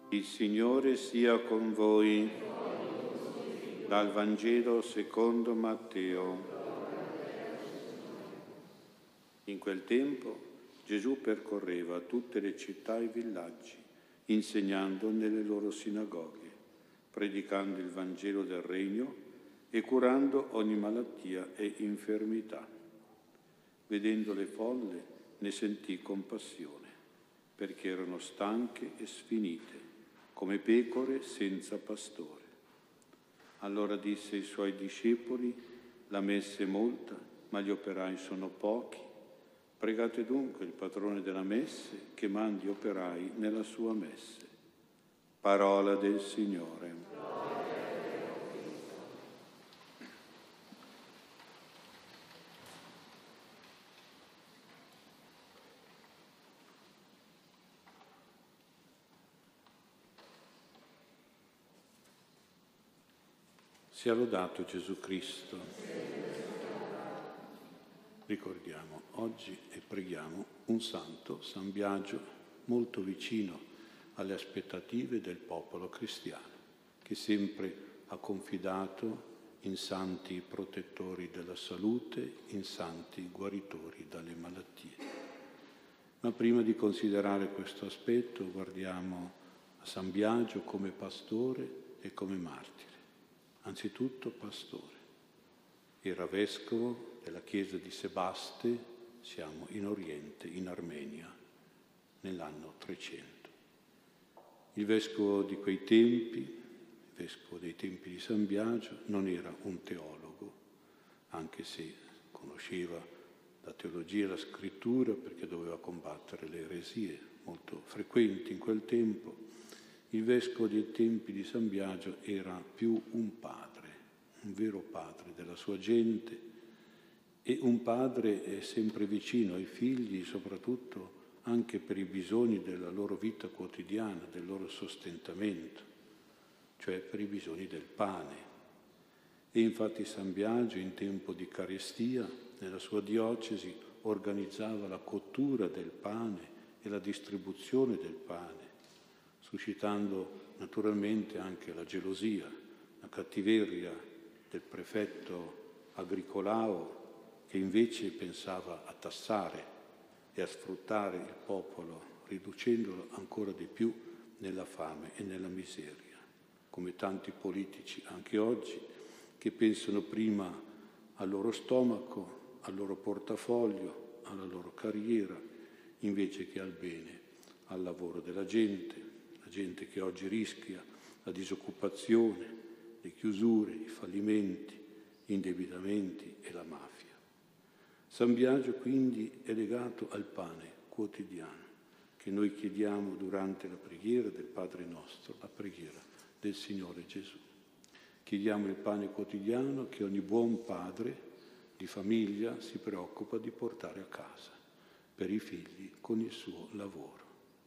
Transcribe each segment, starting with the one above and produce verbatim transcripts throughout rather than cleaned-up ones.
Il Signore sia con voi. Dal Vangelo secondo Matteo. In quel tempo Gesù percorreva tutte le città e i villaggi, insegnando nelle loro sinagoghe, predicando il Vangelo del Regno e curando ogni malattia e infermità. Vedendo le folle, ne sentì compassione, perché erano stanche e sfinite, come pecore senza pastore. Allora disse ai suoi discepoli: la messe è molta, ma gli operai sono pochi. Pregate dunque il padrone della messe che mandi operai nella sua messe. Parola del Signore. Sia lodato Gesù Cristo. Ricordiamo oggi e preghiamo un santo, San Biagio, molto vicino alle aspettative del popolo cristiano, che sempre ha confidato in santi protettori della salute, in santi guaritori dalle malattie. Ma prima di considerare questo aspetto, guardiamo a San Biagio come pastore e come martire. Anzitutto pastore. Era vescovo della chiesa di Sebaste, siamo in Oriente, in Armenia, nell'anno trecento. Il vescovo di quei tempi, il vescovo dei tempi di San Biagio, non era un teologo, anche se conosceva la teologia e la scrittura perché doveva combattere le eresie molto frequenti in quel tempo. Il vescovo dei tempi di San Biagio era più un padre, un vero padre della sua gente, e un padre è sempre vicino ai figli, soprattutto anche per i bisogni della loro vita quotidiana, del loro sostentamento, cioè per i bisogni del pane. E infatti San Biagio, in tempo di carestia, nella sua diocesi, organizzava la cottura del pane e la distribuzione del pane, suscitando naturalmente anche la gelosia, la cattiveria del prefetto Agricolao, che invece pensava a tassare e a sfruttare il popolo, riducendolo ancora di più nella fame e nella miseria, come tanti politici anche oggi che pensano prima al loro stomaco, al loro portafoglio, alla loro carriera, invece che al bene, al lavoro della gente. La gente che oggi rischia la disoccupazione, le chiusure, i fallimenti, gli indebitamenti e la mafia. San Biagio quindi è legato al pane quotidiano che noi chiediamo durante la preghiera del Padre nostro, la preghiera del Signore Gesù. Chiediamo il pane quotidiano che ogni buon padre di famiglia si preoccupa di portare a casa per i figli con il suo lavoro.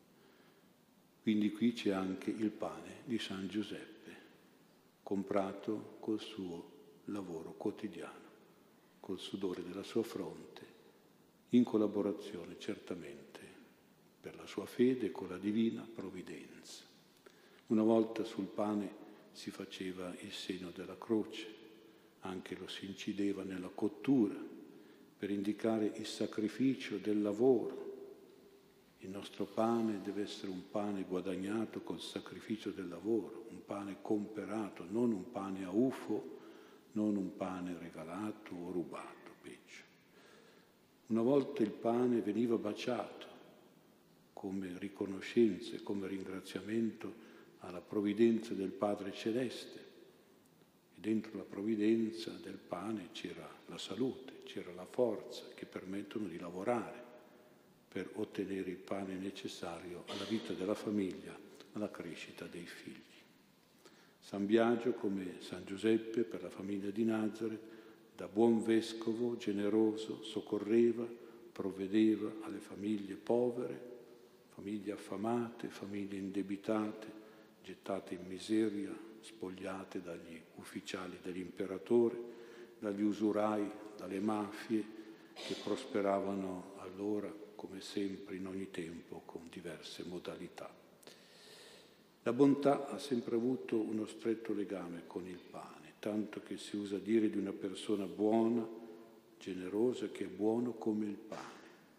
Quindi qui c'è anche il pane di San Giuseppe, comprato col suo lavoro quotidiano, col sudore della sua fronte, in collaborazione certamente per la sua fede con la divina provvidenza. Una volta sul pane si faceva il segno della croce, anche lo si incideva nella cottura per indicare il sacrificio del lavoro. Il nostro pane deve essere un pane guadagnato col sacrificio del lavoro, un pane comperato, non un pane a ufo, non un pane regalato o rubato, peggio. Una volta il pane veniva baciato come riconoscenza e come ringraziamento alla provvidenza del Padre Celeste. E dentro la provvidenza del pane c'era la salute, c'era la forza che permettono di lavorare per ottenere il pane necessario alla vita della famiglia, alla crescita dei figli. San Biagio, come San Giuseppe per la famiglia di Nazaret, da buon vescovo generoso soccorreva, provvedeva alle famiglie povere, famiglie affamate, famiglie indebitate, gettate in miseria, spogliate dagli ufficiali dell'imperatore, dagli usurai, dalle mafie che prosperavano allora come sempre in ogni tempo con diverse modalità. La bontà ha sempre avuto uno stretto legame con il pane, tanto che si usa dire di una persona buona, generosa, che è buono come il pane.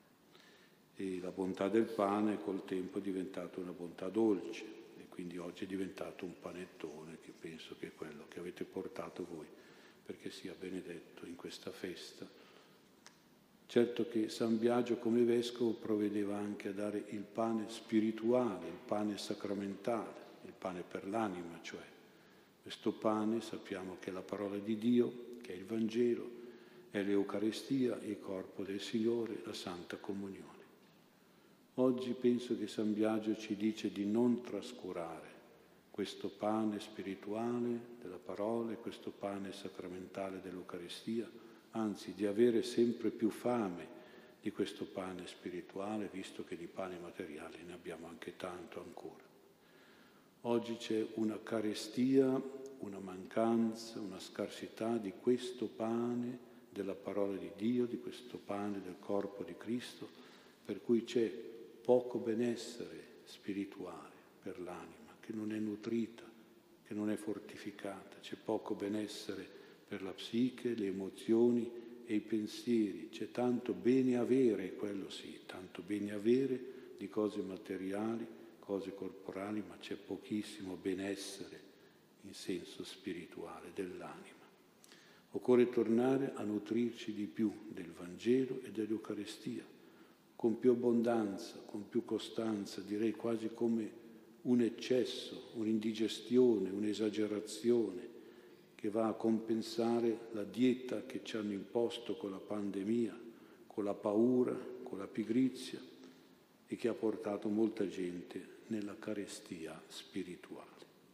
E la bontà del pane col tempo è diventata una bontà dolce e quindi oggi è diventato un panettone che penso che è quello che avete portato voi perché sia benedetto in questa festa. Certo che San Biagio come vescovo provvedeva anche a dare il pane spirituale, il pane sacramentale, il pane per l'anima, cioè questo pane sappiamo che è la parola di Dio, che è il Vangelo, è l'Eucaristia, il corpo del Signore, la Santa Comunione. Oggi penso che San Biagio ci dice di non trascurare questo pane spirituale della parola e questo pane sacramentale dell'Eucaristia, anzi di avere sempre più fame di questo pane spirituale, visto che di pane materiale ne abbiamo anche tanto ancora. Oggi c'è una carestia, una mancanza, una scarsità di questo pane della parola di Dio, di questo pane del corpo di Cristo, per cui c'è poco benessere spirituale per l'anima, che non è nutrita, che non è fortificata, c'è poco benessere per la psiche, le emozioni e i pensieri, c'è tanto bene avere, quello sì, tanto bene avere di cose materiali, cose corporali, ma c'è pochissimo benessere in senso spirituale dell'anima. Occorre tornare a nutrirci di più del Vangelo e dell'Eucaristia, con più abbondanza, con più costanza, direi quasi come un eccesso, un'indigestione, un'esagerazione che va a compensare la dieta che ci hanno imposto con la pandemia, con la paura, con la pigrizia e che ha portato molta gente nella carestia spirituale.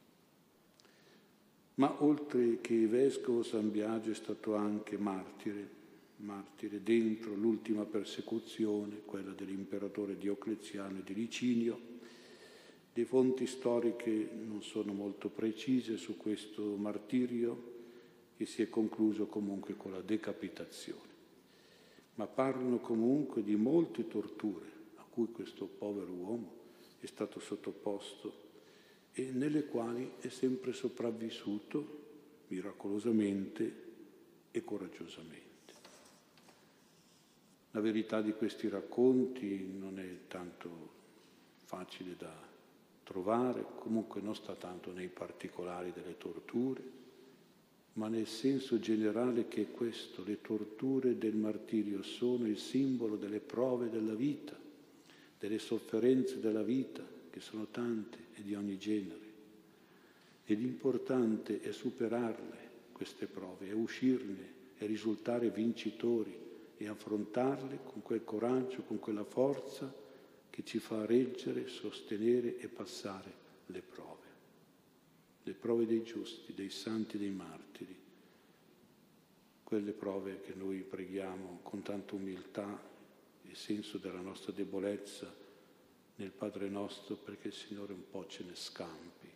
Ma oltre che vescovo, San Biagio è stato anche martire, martire dentro l'ultima persecuzione, quella dell'imperatore Diocleziano e di Licinio. Le fonti storiche non sono molto precise su questo martirio che si è concluso comunque con la decapitazione, ma parlano comunque di molte torture a cui questo povero uomo è stato sottoposto e nelle quali è sempre sopravvissuto miracolosamente e coraggiosamente. La verità di questi racconti non è tanto facile da trovare, comunque non sta tanto nei particolari delle torture, ma nel senso generale che è questo, le torture del martirio sono il simbolo delle prove della vita, delle sofferenze della vita, che sono tante e di ogni genere. Ed l'importante è superarle, queste prove, e uscirne e risultare vincitori e affrontarle con quel coraggio, con quella forza che ci fa reggere, sostenere e passare le prove. Le prove dei giusti, dei santi, dei martiri. Quelle prove che noi preghiamo con tanta umiltà e senso della nostra debolezza nel Padre nostro, perché il Signore un po' ce ne scampi,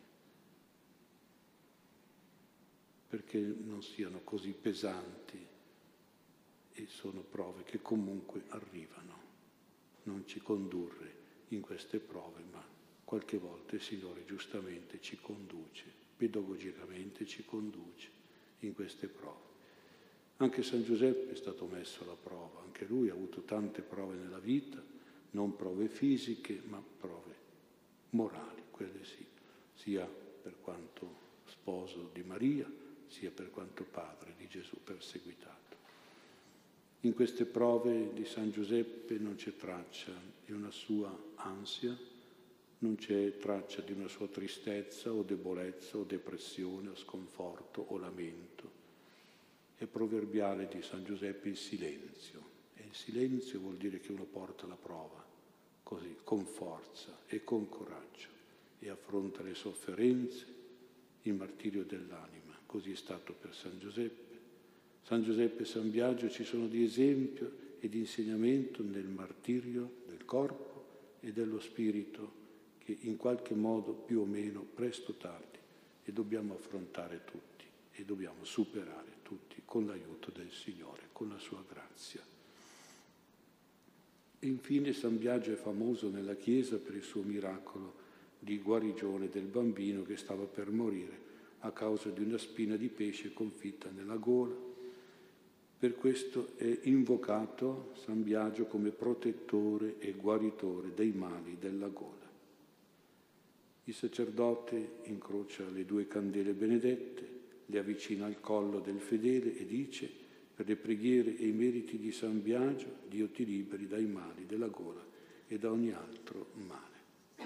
perché non siano così pesanti e sono prove che comunque arrivano. Non ci condurre in queste prove, ma qualche volta il Signore giustamente ci conduce, pedagogicamente ci conduce in queste prove. Anche San Giuseppe è stato messo alla prova, anche lui ha avuto tante prove nella vita, non prove fisiche, ma prove morali, quelle sì, sia per quanto sposo di Maria, sia per quanto padre di Gesù perseguitato. In queste prove di San Giuseppe non c'è traccia di una sua ansia, non c'è traccia di una sua tristezza o debolezza o depressione o sconforto o lamento. È proverbiale di San Giuseppe il silenzio, e il silenzio vuol dire che uno porta la prova così, con forza e con coraggio, e affronta le sofferenze, il martirio dell'anima. Così è stato per San Giuseppe. San Giuseppe e San Biagio ci sono di esempio e di insegnamento nel martirio del corpo e dello spirito, che in qualche modo più o meno, presto o tardi, e dobbiamo affrontare tutti e dobbiamo superare tutti con l'aiuto del Signore, con la sua grazia. E infine San Biagio è famoso nella Chiesa per il suo miracolo di guarigione del bambino che stava per morire a causa di una spina di pesce confitta nella gola. Per questo è invocato San Biagio come protettore e guaritore dei mali della gola. Il sacerdote incrocia le due candele benedette, le avvicina al collo del fedele e dice: per le preghiere e i meriti di San Biagio, Dio ti liberi dai mali della gola e da ogni altro male.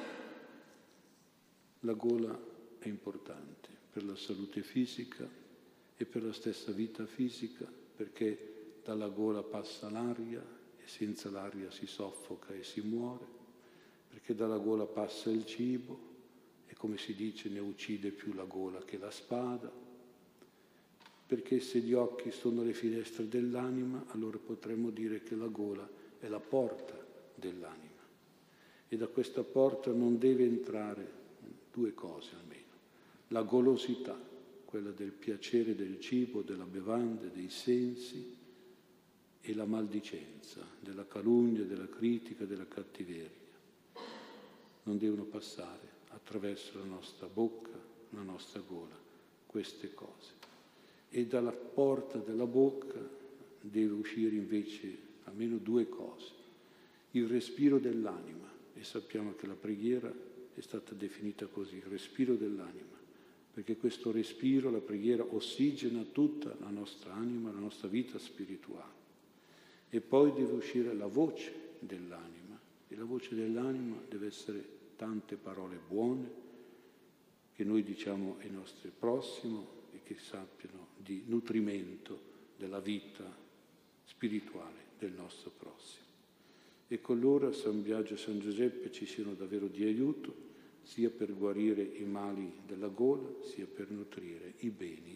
La gola è importante per la salute fisica e per la stessa vita fisica, perché dalla gola passa l'aria e senza l'aria si soffoca e si muore, perché dalla gola passa il cibo e, come si dice, ne uccide più la gola che la spada, perché se gli occhi sono le finestre dell'anima, allora potremmo dire che la gola è la porta dell'anima. E da questa porta non deve entrare due cose almeno: la golosità, quella del piacere del cibo, della bevanda, dei sensi, e la maldicenza, della calunnia, della critica, della cattiveria. Non devono passare attraverso la nostra bocca, la nostra gola, queste cose. E dalla porta della bocca deve uscire invece almeno due cose: il respiro dell'anima, e sappiamo che la preghiera è stata definita così, il respiro dell'anima, perché questo respiro, la preghiera, ossigena tutta la nostra anima, la nostra vita spirituale. E poi deve uscire la voce dell'anima, e la voce dell'anima deve essere tante parole buone che noi diciamo ai nostri prossimi e che sappiano di nutrimento della vita spirituale del nostro prossimo. E con loro San Biagio e San Giuseppe ci siano davvero di aiuto, sia per guarire i mali della gola, sia per nutrire i beni